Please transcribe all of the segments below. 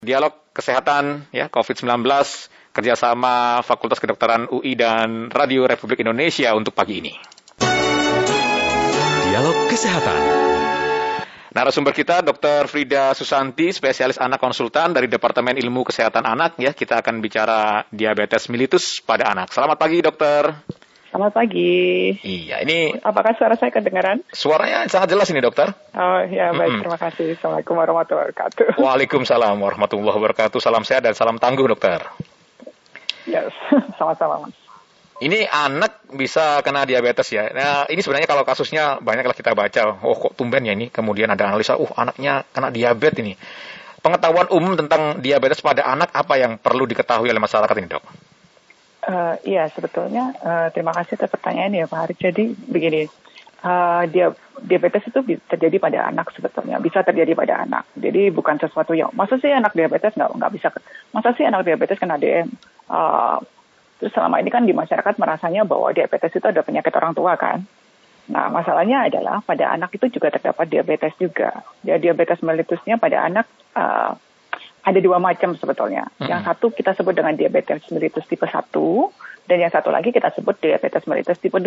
Dialog Kesehatan ya COVID-19 kerjasama Fakultas Kedokteran UI dan Radio Republik Indonesia untuk pagi ini. Dialog Kesehatan. Narasumber kita Dr. Frida Susanti, spesialis anak konsultan dari Departemen Ilmu Kesehatan Anak ya. Kita akan bicara diabetes mellitus pada anak. Selamat pagi, Dokter. Selamat pagi. Iya, ini apakah suara saya kedengaran? Suaranya sangat jelas ini, Dokter. Oh ya, baik. Terima kasih. Assalamualaikum warahmatullahi wabarakatuh. Waalaikumsalam warahmatullahi wabarakatuh. Salam sehat dan salam tangguh, Dokter. Yes, sama-sama, Mas. Ini anak bisa kena diabetes ya. Nah, ini sebenarnya kalau kasusnya banyaklah kita baca. Oh, kok tumben ya ini. Kemudian ada analisa, anaknya kena diabetes ini. Pengetahuan umum tentang diabetes pada anak apa yang perlu diketahui oleh masyarakat ini, Dok? Iya, sebetulnya terima kasih atas pertanyaannya, Pak Haris. Jadi begini, diabetes itu terjadi pada anak sebetulnya, bisa terjadi pada anak. Jadi bukan sesuatu yang, masa sih anak diabetes nggak bisa, masa sih anak diabetes kena DM? Terus selama ini kan di masyarakat merasanya bahwa diabetes itu ada penyakit orang tua kan. Nah, masalahnya adalah pada anak itu juga terdapat diabetes juga. Ya, diabetes mellitusnya pada anak ada dua macam sebetulnya. Yang satu kita sebut dengan diabetes mellitus tipe 1, dan yang satu lagi kita sebut diabetes mellitus tipe 2.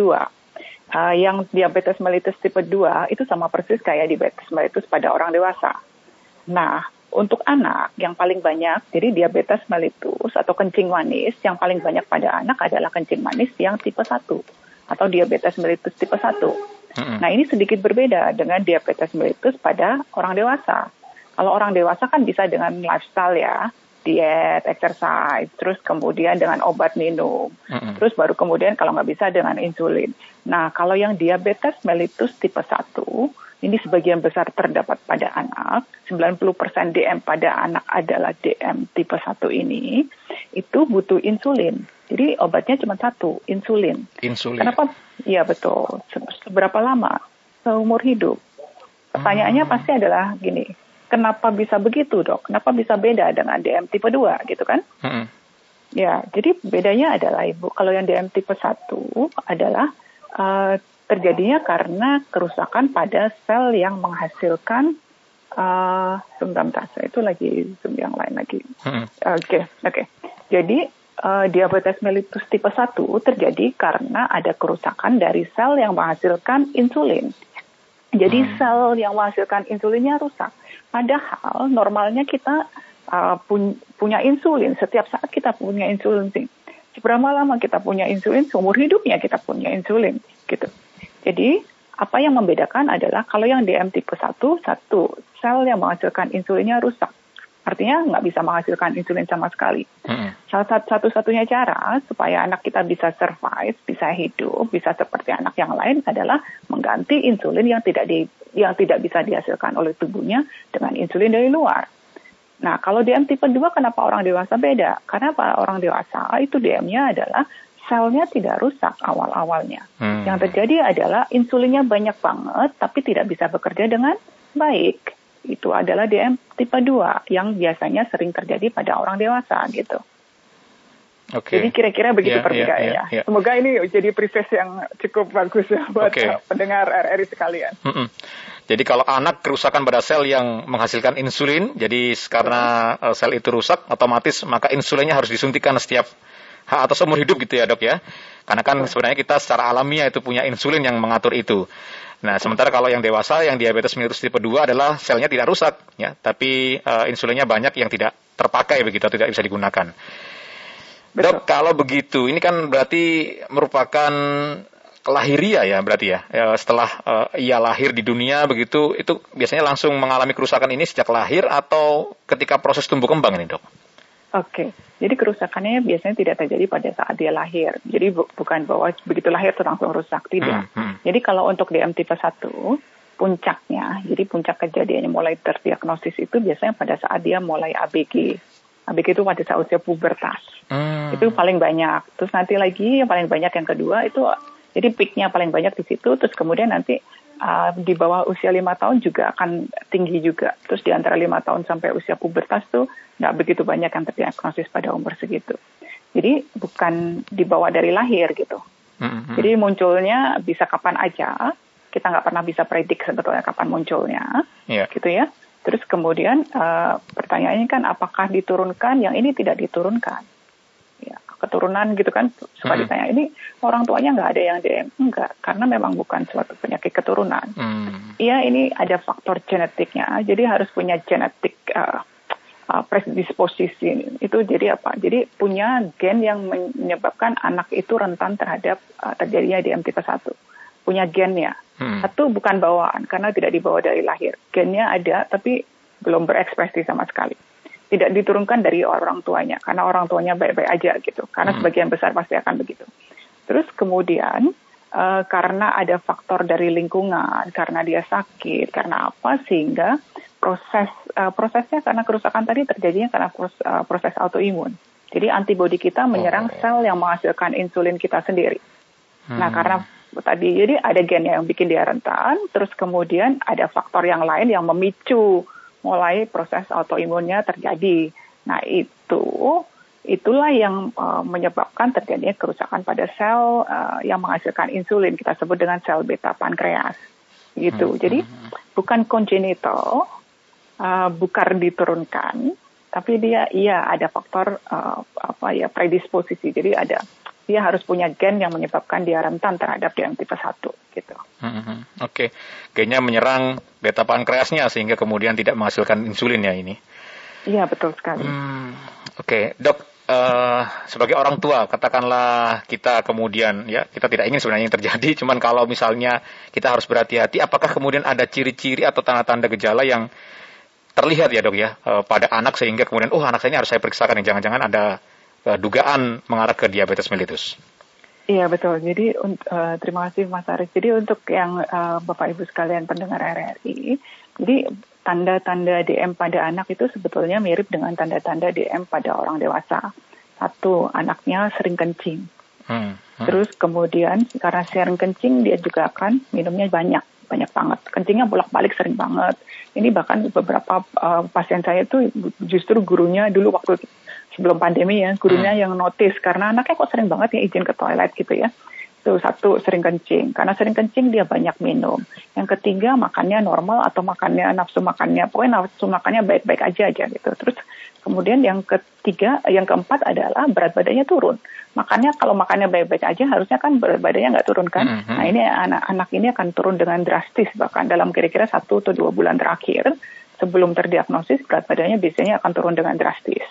Yang diabetes mellitus tipe 2 itu sama persis kayak diabetes mellitus pada orang dewasa. Nah, untuk anak yang paling banyak, jadi diabetes mellitus atau kencing manis yang paling banyak pada anak adalah kencing manis yang tipe 1 atau diabetes mellitus tipe 1. Nah, ini sedikit berbeda dengan diabetes mellitus pada orang dewasa. Kalau orang dewasa kan bisa dengan lifestyle ya, diet, exercise, terus kemudian dengan obat minum, terus baru kemudian kalau nggak bisa dengan insulin. Nah, kalau yang diabetes mellitus tipe 1, ini sebagian besar terdapat pada anak, 90% DM pada anak adalah DM tipe 1 ini, itu butuh insulin. Jadi obatnya cuma satu, insulin. Insulin. Kenapa? Iya betul. Seberapa lama? Seumur hidup. Pertanyaannya pasti adalah gini, kenapa bisa begitu, Dok? Kenapa bisa beda dengan DM tipe 2 gitu kan? Ya, jadi bedanya adalah Ibu, kalau yang DM tipe 1 adalah terjadinya karena kerusakan pada sel yang menghasilkan sebentar, itu lagi Zoom yang lain lagi. Oke. Jadi diabetes mellitus tipe 1 terjadi karena ada kerusakan dari sel yang menghasilkan insulin. Jadi sel yang menghasilkan insulinnya rusak. Padahal normalnya kita punya insulin, setiap saat kita punya insulin. Seberapa lama kita punya insulin, seumur hidupnya kita punya insulin. Gitu. Jadi apa yang membedakan adalah kalau yang DM tipe 1, sel yang menghasilkan insulinnya rusak. Artinya nggak bisa menghasilkan insulin sama sekali. Satu-satunya cara supaya anak kita bisa survive, bisa hidup, bisa seperti anak yang lain adalah mengganti insulin yang tidak bisa dihasilkan oleh tubuhnya dengan insulin dari luar. Nah, kalau DM tipe 2 kenapa orang dewasa beda? Karena pada orang dewasa itu DM-nya adalah selnya tidak rusak awal-awalnya. Yang terjadi adalah insulinnya banyak banget tapi tidak bisa bekerja dengan baik. Itu adalah DM tipe 2 yang biasanya sering terjadi pada orang dewasa gitu. Jadi kira-kira begitu perbedaannya. Semoga ini jadi preface yang cukup bagus ya buat pendengar RRI sekalian. Jadi kalau anak kerusakan pada sel yang menghasilkan insulin, jadi karena sel itu rusak, otomatis maka insulinnya harus disuntikan setiap atau seumur hidup gitu ya, Dok ya. Karena kan sebenarnya kita secara alamiah itu punya insulin yang mengatur itu. Nah, sementara kalau yang dewasa, yang diabetes mellitus tipe 2 adalah selnya tidak rusak, ya, tapi insulinnya banyak yang tidak terpakai begitu, tidak bisa digunakan. Betul. Dok, kalau begitu, ini kan berarti merupakan lahiria ya, berarti ya. Setelah ia lahir di dunia begitu, itu biasanya langsung mengalami kerusakan ini sejak lahir atau ketika proses tumbuh kembang ini, Dok? Oke, jadi kerusakannya biasanya tidak terjadi pada saat dia lahir. Jadi bukan bahwa begitu lahir langsung rusak, tidak. Jadi kalau untuk DM tipe 1, puncaknya, jadi puncak kejadiannya mulai terdiagnosis itu biasanya pada saat dia mulai ABG. ABG itu pada saat usia pubertas. Itu paling banyak. Terus nanti lagi yang paling banyak yang kedua itu, jadi peaknya paling banyak di situ, terus kemudian nanti di bawah usia 5 tahun juga akan tinggi juga. Terus di antara 5 tahun sampai usia pubertas tuh nggak begitu banyak yang terdiagnosis pada umur segitu. Jadi bukan dibawa dari lahir gitu. Jadi munculnya bisa kapan aja. Kita nggak pernah bisa predik sebetulnya kapan munculnya, gitu ya. Terus kemudian pertanyaannya kan apakah diturunkan, yang ini tidak diturunkan. Ya, keturunan gitu kan, suka ditanya, ini orang tuanya nggak ada yang DM. Enggak, karena memang bukan suatu penyakit keturunan. Iya, ini ada faktor genetiknya, jadi harus punya genetik predisposisi. Itu jadi apa? Jadi punya gen yang menyebabkan anak itu rentan terhadap terjadinya DM tipe 1. Punya gennya. Satu bukan bawaan, karena tidak dibawa dari lahir. Gennya ada, tapi belum berekspresi sama sekali. Tidak diturunkan dari orang tuanya, karena orang tuanya baik-baik aja gitu. Karena sebagian besar pasti akan begitu. Terus kemudian, karena ada faktor dari lingkungan, karena dia sakit, karena apa, sehingga prosesnya karena kerusakan tadi terjadinya karena proses autoimun. Jadi antibodi kita menyerang sel yang menghasilkan insulin kita sendiri. Nah, karena tadi jadi ada gen yang bikin dia rentan, terus kemudian ada faktor yang lain yang memicu mulai proses autoimunnya terjadi. Nah, itulah yang menyebabkan terjadinya kerusakan pada sel yang menghasilkan insulin, kita sebut dengan sel beta pankreas. Gitu. Jadi bukan congenital, bukan diturunkan, tapi dia ada faktor predisposisi. Jadi dia harus punya gen yang menyebabkan dia rentan terhadap DM tipe 1 gitu. Oke. Gennya menyerang beta pankreasnya sehingga kemudian tidak menghasilkan insulin ya ini. Iya, betul sekali. Oke, Dok, sebagai orang tua katakanlah kita kemudian ya, kita tidak ingin sebenarnya yang terjadi, cuman kalau misalnya kita harus berhati-hati, apakah kemudian ada ciri-ciri atau tanda-tanda gejala yang terlihat ya, Dok ya, pada anak sehingga kemudian anak saya ini harus saya periksakan, jangan-jangan ada dugaan mengarah ke diabetes mellitus. Iya, betul. Jadi terima kasih Mas Aris. Jadi untuk yang Bapak Ibu sekalian pendengar RRI, jadi tanda-tanda DM pada anak itu sebetulnya mirip dengan tanda-tanda DM pada orang dewasa. Satu, anaknya sering kencing. Terus kemudian karena sering kencing dia juga akan minumnya banyak banget. Kencingnya bolak-balik sering banget. Ini bahkan beberapa pasien saya itu justru gurunya dulu waktu sebelum pandemi ya, gurunya yang notice karena anaknya kok sering banget ya izin ke toilet gitu ya. Itu satu, sering kencing. Karena sering kencing dia banyak minum. Yang ketiga, makannya normal atau nafsu makannya, pokoknya nafsu makannya baik-baik aja gitu. Terus kemudian yang keempat adalah berat badannya turun. Makanya kalau makannya baik-baik aja harusnya kan berat badannya nggak turun kan. Nah, ini anak ini akan turun dengan drastis bahkan dalam kira-kira 1 atau 2 bulan terakhir sebelum terdiagnosis berat badannya biasanya akan turun dengan drastis.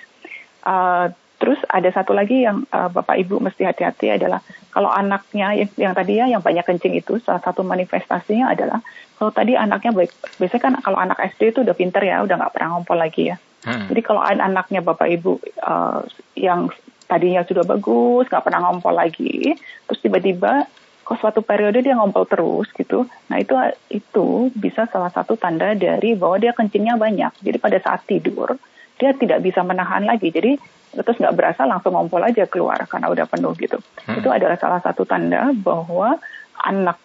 Terus ada satu lagi yang Bapak Ibu mesti hati-hati adalah kalau anaknya yang tadi ya yang banyak kencing itu salah satu manifestasinya adalah kalau tadi anaknya biasanya kan kalau anak SD itu udah pinter ya, udah nggak pernah ngompol lagi ya. Jadi kalau anaknya Bapak Ibu yang tadinya sudah bagus, nggak pernah ngompol lagi, terus tiba-tiba kok suatu periode dia ngompol terus gitu. Nah itu bisa salah satu tanda dari bahwa dia kencingnya banyak. Jadi pada saat tidur dia tidak bisa menahan lagi. Jadi terus nggak berasa langsung ngompol aja keluar karena udah penuh gitu. Itu adalah salah satu tanda bahwa anak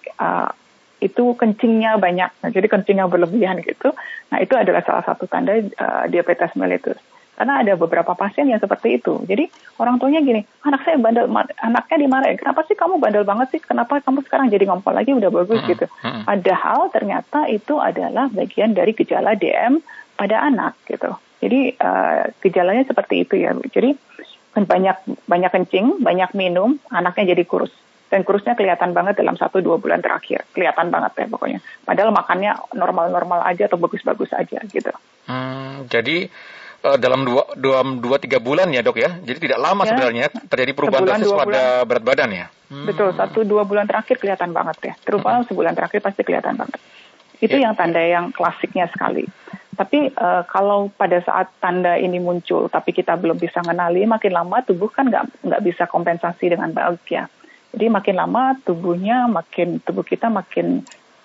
itu kencingnya banyak. Nah, jadi kencingnya berlebihan gitu. Nah itu adalah salah satu tanda diabetes mellitus. Karena ada beberapa pasien yang seperti itu. Jadi orang tuanya gini, anak saya bandel, anaknya dimarahin. Kenapa sih kamu bandel banget sih? Kenapa kamu sekarang jadi ngompol lagi udah bagus gitu? Padahal ternyata itu adalah bagian dari gejala DM pada anak gitu. Jadi gejalanya seperti itu ya. Jadi banyak kencing, banyak minum, anaknya jadi kurus. Dan kurusnya kelihatan banget dalam 1-2 bulan terakhir. Kelihatan banget ya pokoknya. Padahal makannya normal-normal aja atau bagus-bagus aja gitu. Jadi dalam 2-3 bulan ya, Dok ya. Jadi tidak lama ya, sebenarnya terjadi perubahan drastis pada berat badan ya. Betul, 1-2 bulan terakhir kelihatan banget ya. Terutama sebulan terakhir pasti kelihatan banget. Itu yang tanda yang klasiknya sekali. Tapi kalau pada saat tanda ini muncul, tapi kita belum bisa mengenali, makin lama tubuh kan nggak bisa kompensasi dengan baik ya. Jadi makin lama tubuh kita makin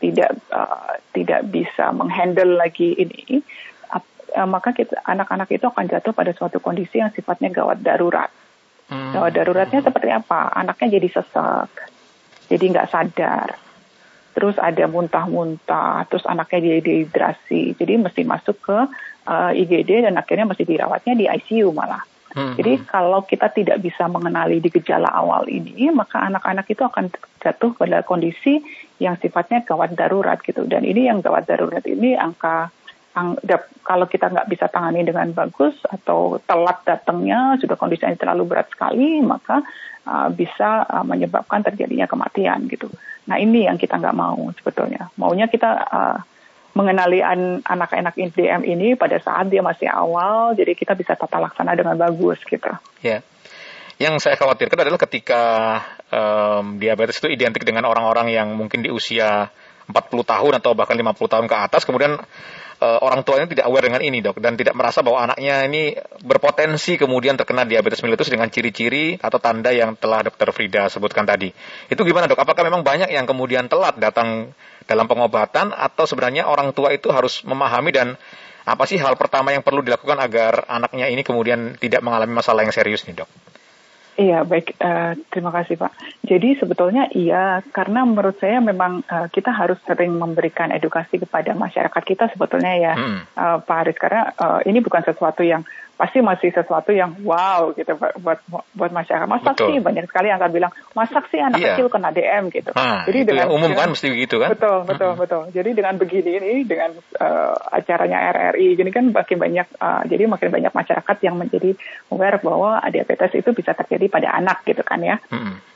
tidak bisa menghandle lagi ini. Maka anak-anak itu akan jatuh pada suatu kondisi yang sifatnya gawat darurat. Gawat daruratnya seperti apa? Anaknya jadi sesak, jadi nggak sadar. Terus ada muntah-muntah, terus anaknya jadi dehidrasi. Jadi mesti masuk ke IGD dan akhirnya mesti dirawatnya di ICU malah. Jadi kalau kita tidak bisa mengenali di gejala awal ini, maka anak-anak itu akan jatuh pada kondisi yang sifatnya gawat darurat gitu. Dan ini yang gawat darurat ini angka kalau kita nggak bisa tangani dengan bagus atau telat datangnya, sudah kondisinya terlalu berat sekali, maka bisa menyebabkan terjadinya kematian gitu. Nah ini yang kita nggak mau sebetulnya. Maunya kita mengenali anak-anak DM ini pada saat dia masih awal, jadi kita bisa tata laksana dengan bagus gitu. Ya. Yang saya khawatirkan adalah ketika diabetes itu identik dengan orang-orang yang mungkin di usia 40 tahun atau bahkan 50 tahun ke atas, kemudian orang tuanya tidak aware dengan ini, Dok, dan tidak merasa bahwa anaknya ini berpotensi kemudian terkena diabetes mellitus dengan ciri-ciri atau tanda yang telah Dr. Frida sebutkan tadi. Itu gimana, Dok? Apakah memang banyak yang kemudian telat datang dalam pengobatan, atau sebenarnya orang tua itu harus memahami, dan apa sih hal pertama yang perlu dilakukan agar anaknya ini kemudian tidak mengalami masalah yang serius nih, Dok? Iya, baik. Terima kasih, Pak. Jadi sebetulnya iya, karena menurut saya memang kita harus sering memberikan edukasi kepada masyarakat kita sebetulnya ya, Pak Haris. Karena ini bukan sesuatu yang, pasti masih sesuatu yang wow gitu buat masyarakat. Masak sih, banyak sekali yang akan bilang, masak sih anak kecil kena DM gitu. Jadi dengan umum kan, mesti begitu kan? Betul. Jadi dengan begini ini, dengan acaranya RRI, ini kan makin banyak masyarakat yang menjadi aware bahwa diabetes itu bisa terjadi pada anak gitu kan ya.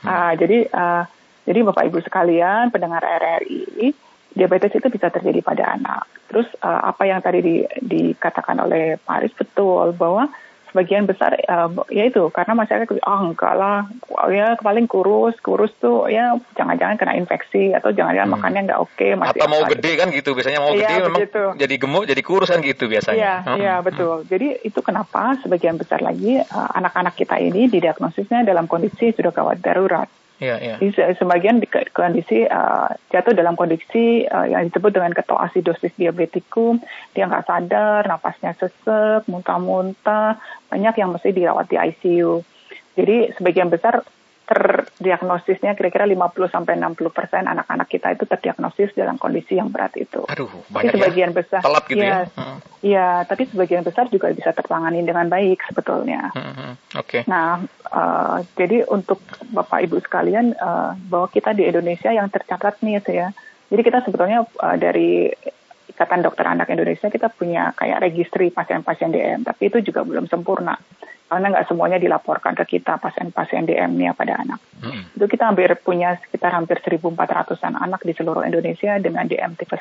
Jadi Bapak Ibu sekalian pendengar RRI, diabetes itu bisa terjadi pada anak. Terus apa yang tadi dikatakan oleh Pak Haris betul, bahwa sebagian besar yaitu karena masyarakat enggak lah, ya paling kurus tuh ya jangan-jangan kena infeksi atau jangan-jangan makannya nggak oke, atau mau gede kan gitu, biasanya mau gede memang jadi gemuk, jadi kurus kan gitu biasanya. Iya betul. Jadi itu kenapa sebagian besar lagi anak-anak kita ini didiagnosisnya dalam kondisi sudah gawat darurat. Iya. Sebagian kondisi jatuh dalam kondisi yang disebut dengan ketoasidosis diabetikum, dia nggak sadar, napasnya sesek, muntah-muntah, banyak yang mesti dirawat di ICU. Jadi sebagian besar terdiagnosisnya kira-kira 50-60% anak-anak kita itu terdiagnosis dalam kondisi yang berat itu. Aduh, banyak sebagian besar. Telat gitu ya. Iya, tapi sebagian besar juga bisa tertangani dengan baik sebetulnya. Oke. Nah, jadi untuk Bapak Ibu sekalian, bahwa kita di Indonesia yang tercatat nih ya. Jadi kita sebetulnya dari Ikatan Dokter Anak Indonesia kita punya kayak registri pasien-pasien DM, tapi itu juga belum sempurna. Karena nggak semuanya dilaporkan ke kita pasien-pasien DM-nya pada anak. Itu kita punya sekitar hampir 1.400-an anak di seluruh Indonesia dengan DM tipe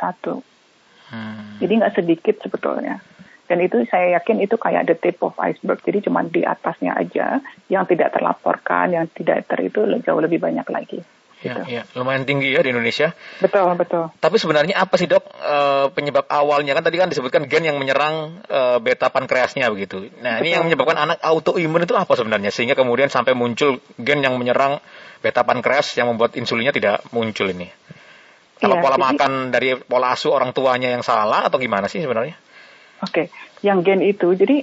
1. Jadi nggak sedikit sebetulnya. Dan itu saya yakin itu kayak the tip of iceberg. Jadi cuma di atasnya aja yang tidak terlaporkan, yang tidak itu jauh lebih banyak lagi. Ya, lumayan tinggi ya di Indonesia. Betul. Tapi sebenarnya apa sih, Dok, penyebab awalnya? Kan tadi kan disebutkan gen yang menyerang beta pankreasnya begitu. Nah, ini yang menyebabkan anak autoimun itu apa sebenarnya? Sehingga kemudian sampai muncul gen yang menyerang beta pankreas yang membuat insulinnya tidak muncul ini. Kalau pola makan dari pola asuh orang tuanya yang salah atau gimana sih sebenarnya? Oke, yang gen itu, jadi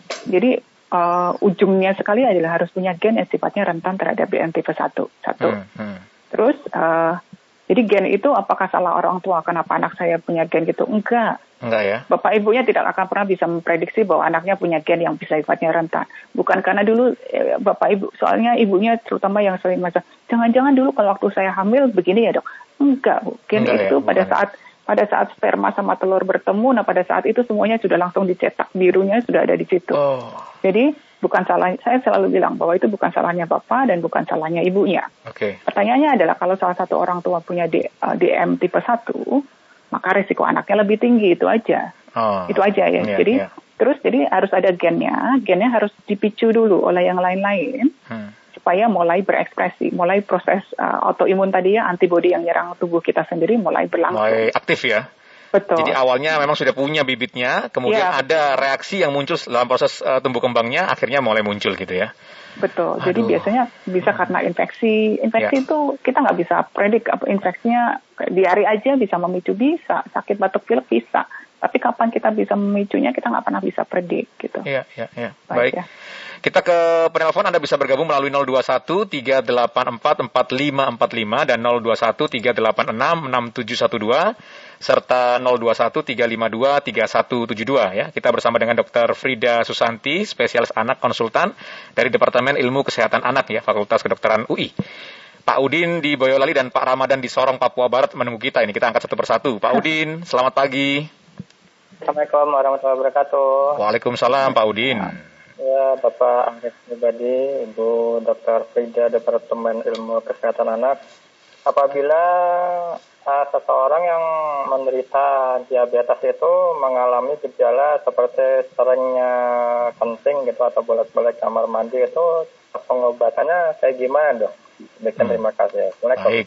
ujungnya sekali adalah harus punya gen yang sifatnya rentan terhadap DM tipe 1. Terus, jadi gen itu apakah salah orang tua? Kenapa anak saya punya gen gitu? Enggak ya. Bapak ibunya tidak akan pernah bisa memprediksi bahwa anaknya punya gen yang bisa sifatnya rentan. Bukan karena dulu Bapak Ibu, soalnya ibunya terutama yang sering masa, jangan-jangan dulu kalau waktu saya hamil begini ya, Dok. Enggak, Bu. Gen itu pada saat sperma sama telur bertemu, nah pada saat itu semuanya sudah langsung dicetak, birunya sudah ada di situ. Jadi bukan salah, saya selalu bilang bahwa itu bukan salahnya bapak dan bukan salahnya ibunya. Pertanyaannya adalah kalau salah satu orang tua punya DM tipe 1, maka risiko anaknya lebih tinggi, itu aja. Itu aja ya. Terus harus ada gennya harus dipicu dulu oleh yang lain-lain. Supaya mulai berekspresi, mulai proses autoimun tadi ya, antibodi yang nyerang tubuh kita sendiri mulai berlangsung. Mulai aktif ya? Betul. Jadi awalnya memang sudah punya bibitnya, kemudian ada reaksi yang muncul dalam proses tumbuh kembangnya, akhirnya mulai muncul gitu ya? Betul, jadi biasanya bisa karena infeksi itu kita nggak bisa predik, infeksinya diare aja bisa memicu, bisa, sakit batuk pilek bisa. Tapi kapan kita bisa memicunya, kita nggak pernah bisa predik gitu. Iya. Baik. Ya. Kita ke penelpon, Anda bisa bergabung melalui 021-384-4545 dan 021-386-6712 serta 021-352-3172 ya. Kita bersama dengan Dr. Frida Susanti, spesialis anak konsultan dari Departemen Ilmu Kesehatan Anak ya, Fakultas Kedokteran UI. Pak Udin di Boyolali dan Pak Ramadan di Sorong, Papua Barat menunggu kita. Ini kita angkat satu persatu. Pak Udin, selamat pagi. Assalamualaikum warahmatullahi wabarakatuh. Waalaikumsalam Pak Udin. Ya, Bapak Ahmad pribadi, Ibu Dr. Frida, Departemen Ilmu Kesehatan Anak. Apabila seseorang yang menderita diabetes itu mengalami gejala seperti seringnya kencing gitu atau bolak-balik kamar mandi, itu pengobatannya kayak gimana, Dok? Terima kasih. Baik.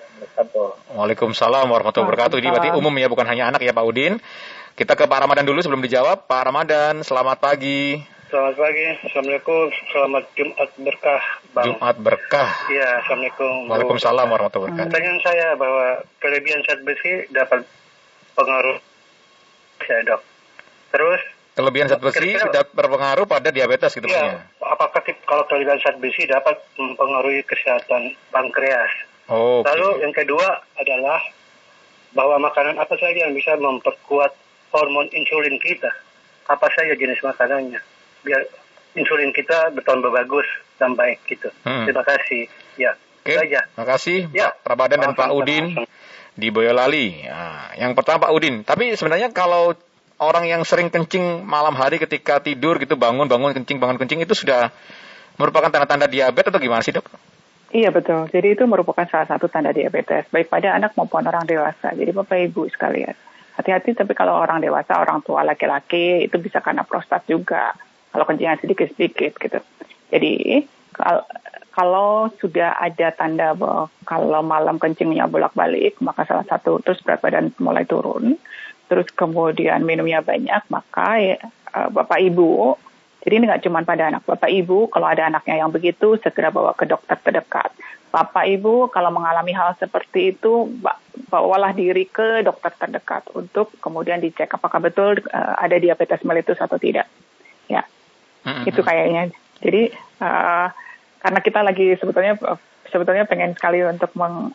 Waalaikumsalam warahmatullahi wabarakatuh. Ini berarti umum ya, bukan hanya anak ya Pak Udin. Kita ke Pak Ramadan dulu sebelum dijawab. Pak Ramadan, selamat pagi. Selamat pagi, Assalamualaikum, selamat Jumat berkah, Bang. Jumat berkah. Iya, Assalamualaikum. Waalaikumsalam warahmatullahi wabarakatuh. Pertanyaan saya bahwa kelebihan zat besi dapat pengaruh, ya Dok. Terus? Kelebihan zat besi dapat berpengaruh pada diabetes gitu ya, apakah kalau kelebihan zat besi dapat mempengaruhi kesehatan pankreas? Oh. Lalu yang kedua adalah bahwa makanan apa saja yang bisa memperkuat hormon insulin kita? Apa saja jenis makanannya? Biar insulin kita bertambah bagus dan baik gitu. Terima kasih. Ya. Oke. Terima kasih ya. Pak Ramadan dan Pak Udin di Boyolali. Nah, yang pertama Pak Udin. Tapi sebenarnya kalau orang yang sering kencing malam hari ketika tidur gitu bangun kencing itu sudah merupakan tanda-tanda diabetes atau gimana sih, Dok? Iya betul. Jadi itu merupakan salah satu tanda diabetes baik pada anak maupun orang dewasa. Jadi Bapak Ibu sekalian, hati-hati. Tapi kalau orang dewasa, orang tua laki-laki itu bisa karena prostat juga. Kalau kencingnya sedikit-sedikit gitu. Jadi kalau sudah ada tanda bahwa kalau malam kencingnya bolak-balik, maka salah satu terus berat badan mulai turun, terus kemudian minumnya banyak, maka ya, Bapak Ibu, jadi ini nggak cuma pada anak, Bapak Ibu kalau ada anaknya yang begitu segera bawa ke dokter terdekat. Bapak Ibu kalau mengalami hal seperti itu, bawalah diri ke dokter terdekat untuk kemudian dicek apakah betul ada diabetes mellitus atau tidak. Ya. Itu kayaknya. Jadi karena kita lagi sebetulnya pengen sekali untuk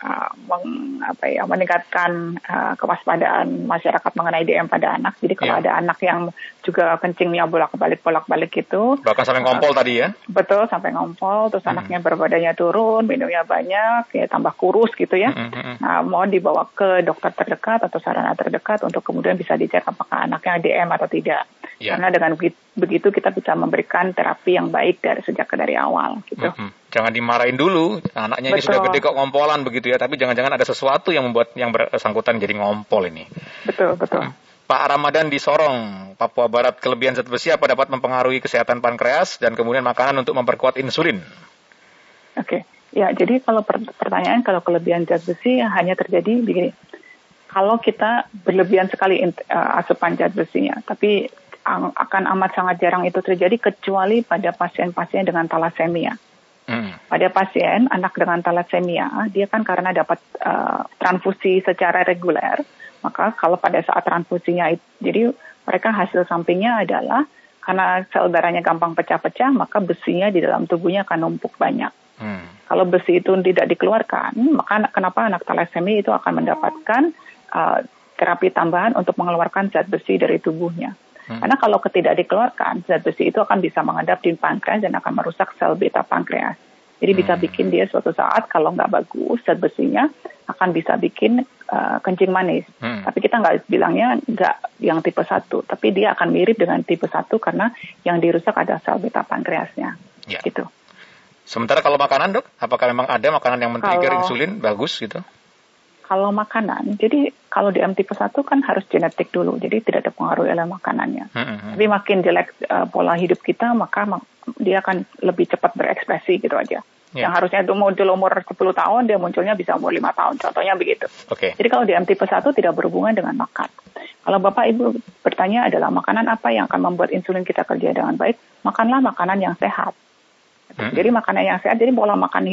meningkatkan kewaspadaan masyarakat mengenai DM pada anak. Jadi kalau ada anak yang juga kencingnya bolak-balik itu, bahkan sampai ngompol tadi ya. Betul, sampai ngompol, terus anaknya berbadannya turun, minumnya banyak, ya tambah kurus gitu ya. Nah, mohon dibawa ke dokter terdekat atau sarana terdekat untuk kemudian bisa dicek apakah anaknya DM atau tidak. Karena dengan begitu kita bisa memberikan terapi yang baik dari awal gitu. Jangan dimarahin dulu, anaknya ini sudah gede kok ngompolan begitu ya, tapi jangan-jangan ada sesuatu yang membuat yang bersangkutan jadi ngompol ini. Betul. Pak Ramadan di Sorong, Papua Barat, kelebihan zat besi apa dapat mempengaruhi kesehatan pankreas dan kemudian makanan untuk memperkuat insulin? Oke. Ya, jadi kalau pertanyaan kalau kelebihan zat besi hanya terjadi begini. Kalau kita berlebihan sekali asupan zat besinya, tapi akan amat sangat jarang itu terjadi kecuali pada pasien-pasien dengan talasemia. Pada pasien anak dengan talasemia, dia kan karena dapat transfusi secara reguler, maka kalau pada saat transfusinya, jadi mereka hasil sampingnya adalah karena sel darahnya gampang pecah-pecah, maka besinya di dalam tubuhnya akan numpuk banyak. Kalau besi itu tidak dikeluarkan, maka kenapa anak talasemia itu akan mendapatkan terapi tambahan untuk mengeluarkan zat besi dari tubuhnya. Karena kalau tidak dikeluarkan, zat besi itu akan bisa mengendap di pankreas dan akan merusak sel beta pankreas. Jadi bisa bikin dia suatu saat kalau nggak bagus, zat besinya akan bisa bikin kencing manis. Tapi kita nggak bilangnya nggak yang tipe 1, tapi dia akan mirip dengan tipe 1 karena yang dirusak ada sel beta pankreasnya. Ya. Gitu. Sementara kalau makanan, Dok, apakah memang ada makanan yang men-trigger insulin bagus gitu? Kalau makanan, jadi kalau DM tipe 1 kan harus genetik dulu, jadi tidak dipengaruhi oleh makanannya. Tapi makin jelek pola hidup kita, maka dia akan lebih cepat berekspresi gitu aja. Yang harusnya itu muncul umur 10 tahun, dia munculnya bisa umur 5 tahun, contohnya begitu. Jadi kalau DM tipe 1 tidak berhubungan dengan makan. Kalau Bapak Ibu bertanya adalah makanan apa yang akan membuat insulin kita kerja dengan baik, makanlah makanan yang sehat. Jadi makanan yang sehat, jadi pola makan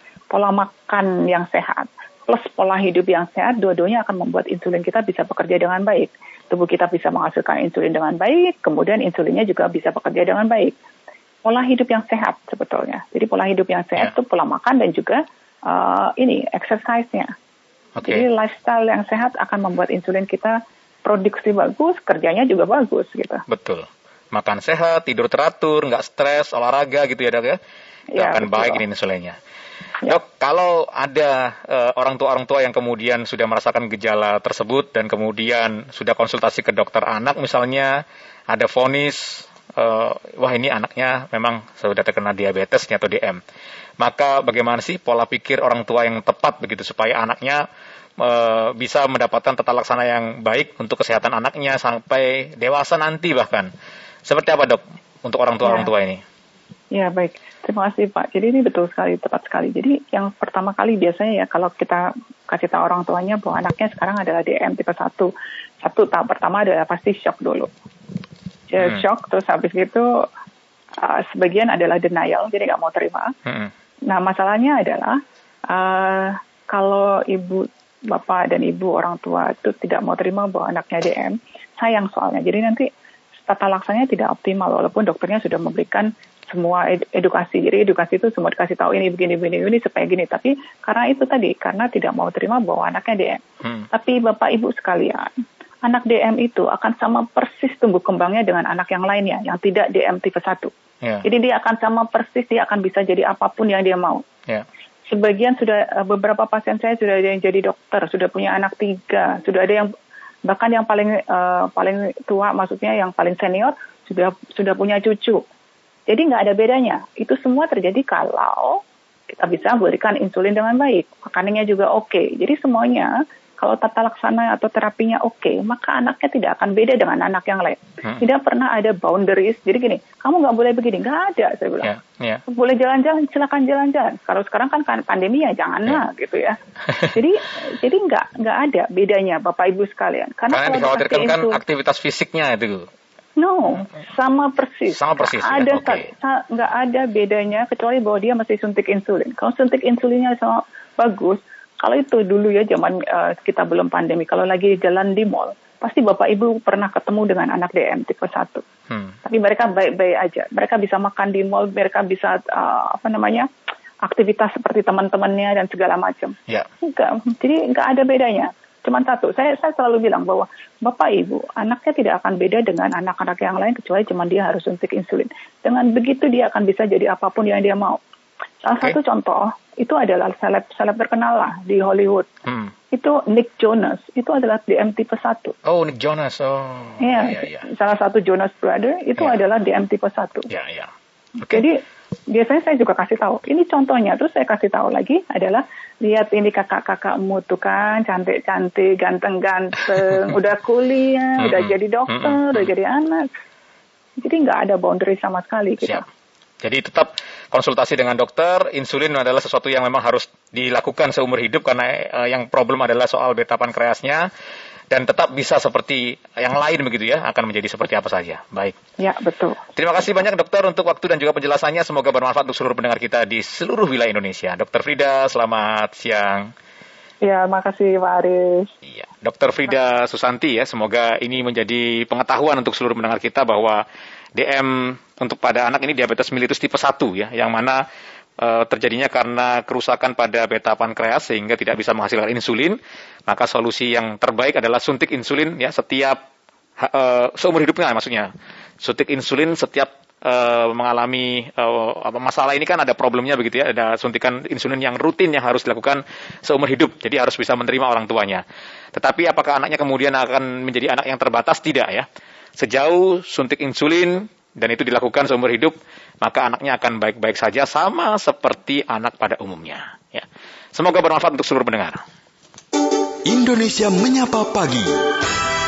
yang sehat plus pola hidup yang sehat, dua-duanya akan membuat insulin kita bisa bekerja dengan baik. Tubuh kita bisa menghasilkan insulin dengan baik, kemudian insulinnya juga bisa bekerja dengan baik. Pola hidup yang sehat sebetulnya. Jadi pola hidup yang sehat itu pola makan dan juga exercise-nya. Jadi lifestyle yang sehat akan membuat insulin kita produksi bagus, kerjanya juga bagus gitu. Betul. makan sehat, tidur teratur, nggak stres, olahraga gitu ya dok ya, Ya, akan betul. baik ini insulinnya. Ya. Dok, kalau ada orang tua yang kemudian sudah merasakan gejala tersebut dan kemudian sudah konsultasi ke dokter anak misalnya, ada vonis, wah ini anaknya memang sudah terkena diabetesnya atau DM, maka bagaimana sih pola pikir orang tua yang tepat begitu supaya anaknya bisa mendapatkan tata laksana yang baik untuk kesehatan anaknya sampai dewasa nanti bahkan. Seperti apa dok untuk orang tua ini? Ya baik, terima kasih Pak. Jadi ini betul sekali, tepat sekali. Jadi yang pertama kali biasanya ya kalau kita kasih tahu orang tuanya bahwa anaknya sekarang adalah DM tipe 1. Tahap pertama adalah pasti shock dulu. Shock, terus habis itu sebagian adalah denial, jadi nggak mau terima. Nah masalahnya adalah kalau bapak dan ibu orang tua itu tidak mau terima bahwa anaknya DM, sayang soalnya. Jadi nanti tata laksananya tidak optimal walaupun dokternya sudah memberikan semua edukasi. Jadi edukasi itu semua dikasih tahu ini begini supaya gini. Tapi karena itu tadi, karena tidak mau terima bahwa anaknya DM. Tapi bapak ibu sekalian, anak DM itu akan sama persis tumbuh kembangnya dengan anak yang lainnya yang tidak DM tipe 1. Yeah. Jadi dia akan sama persis, dia akan bisa jadi apapun yang dia mau. Yeah. Sebagian beberapa pasien saya sudah ada yang jadi dokter, sudah punya anak 3, sudah ada yang bahkan yang paling tua, maksudnya yang paling senior sudah punya cucu. Jadi nggak ada bedanya. Itu semua terjadi kalau kita bisa berikan insulin dengan baik, makanannya juga oke. Jadi semuanya kalau tata laksana atau terapinya oke, maka anaknya tidak akan beda dengan anak yang lain. Tidak pernah ada boundaries. Jadi gini, kamu nggak boleh begini, nggak ada, saya bilang. Boleh jalan-jalan, silakan jalan-jalan. Kalau sekarang kan pandemi ya janganlah gitu ya. jadi nggak ada bedanya Bapak Ibu sekalian. Karena dikhawatirkan kan aktivitas fisiknya itu. No, sama persis. Nggak ada bedanya kecuali bahwa dia masih suntik insulin. Kalau suntik insulinnya sama bagus. Kalau itu dulu ya zaman kita belum pandemi, kalau lagi jalan di mall, pasti Bapak Ibu pernah ketemu dengan anak DM tipe 1. Tapi mereka baik-baik aja. Mereka bisa makan di mall, mereka bisa aktivitas seperti teman-temannya dan segala macam. Yeah. Jadi nggak ada bedanya. Cuma satu, saya selalu bilang bahwa Bapak Ibu, anaknya tidak akan beda dengan anak-anak yang lain kecuali cuma dia harus suntik insulin. Dengan begitu dia akan bisa jadi apapun yang dia mau. Salah satu contoh itu adalah seleb terkenal lah di Hollywood. Itu Nick Jonas, itu adalah DM tipe 1. Oh, Nick Jonas. Oh. Iya. Salah satu Jonas Brother itu adalah DM tipe 1. Iya. Jadi biasanya saya juga kasih tahu. Ini contohnya, terus saya kasih tahu lagi adalah lihat ini kakak-kakakmu tuh kan cantik-cantik, ganteng-ganteng, udah kuliah, udah jadi dokter, udah jadi anak. Jadi nggak ada boundary sama sekali kita. Siap. Jadi tetap konsultasi dengan dokter, insulin adalah sesuatu yang memang harus dilakukan seumur hidup karena yang problem adalah soal beta pankreasnya dan tetap bisa seperti yang lain begitu ya, akan menjadi seperti apa saja. Baik. Ya, betul. Terima kasih banyak dokter untuk waktu dan juga penjelasannya. Semoga bermanfaat untuk seluruh pendengar kita di seluruh wilayah Indonesia. Dr. Frida, selamat siang. Ya, makasih Pak Aris. Iya, Dr. Frida Susanti ya, semoga ini menjadi pengetahuan untuk seluruh pendengar kita bahwa DM untuk pada anak ini diabetes mellitus tipe 1 ya, yang mana terjadinya karena kerusakan pada beta pankreas sehingga tidak bisa menghasilkan insulin. Maka solusi yang terbaik adalah suntik insulin ya setiap seumur hidupnya maksudnya. Suntik insulin setiap mengalami masalah ini kan ada problemnya begitu ya, ada suntikan insulin yang rutin yang harus dilakukan seumur hidup. Jadi harus bisa menerima orang tuanya. Tetapi apakah anaknya kemudian akan menjadi anak yang terbatas? Tidak ya. Sejauh suntik insulin dan itu dilakukan seumur hidup, maka anaknya akan baik-baik saja sama seperti anak pada umumnya. Ya. Semoga bermanfaat untuk seluruh pendengar. Indonesia Menyapa Pagi.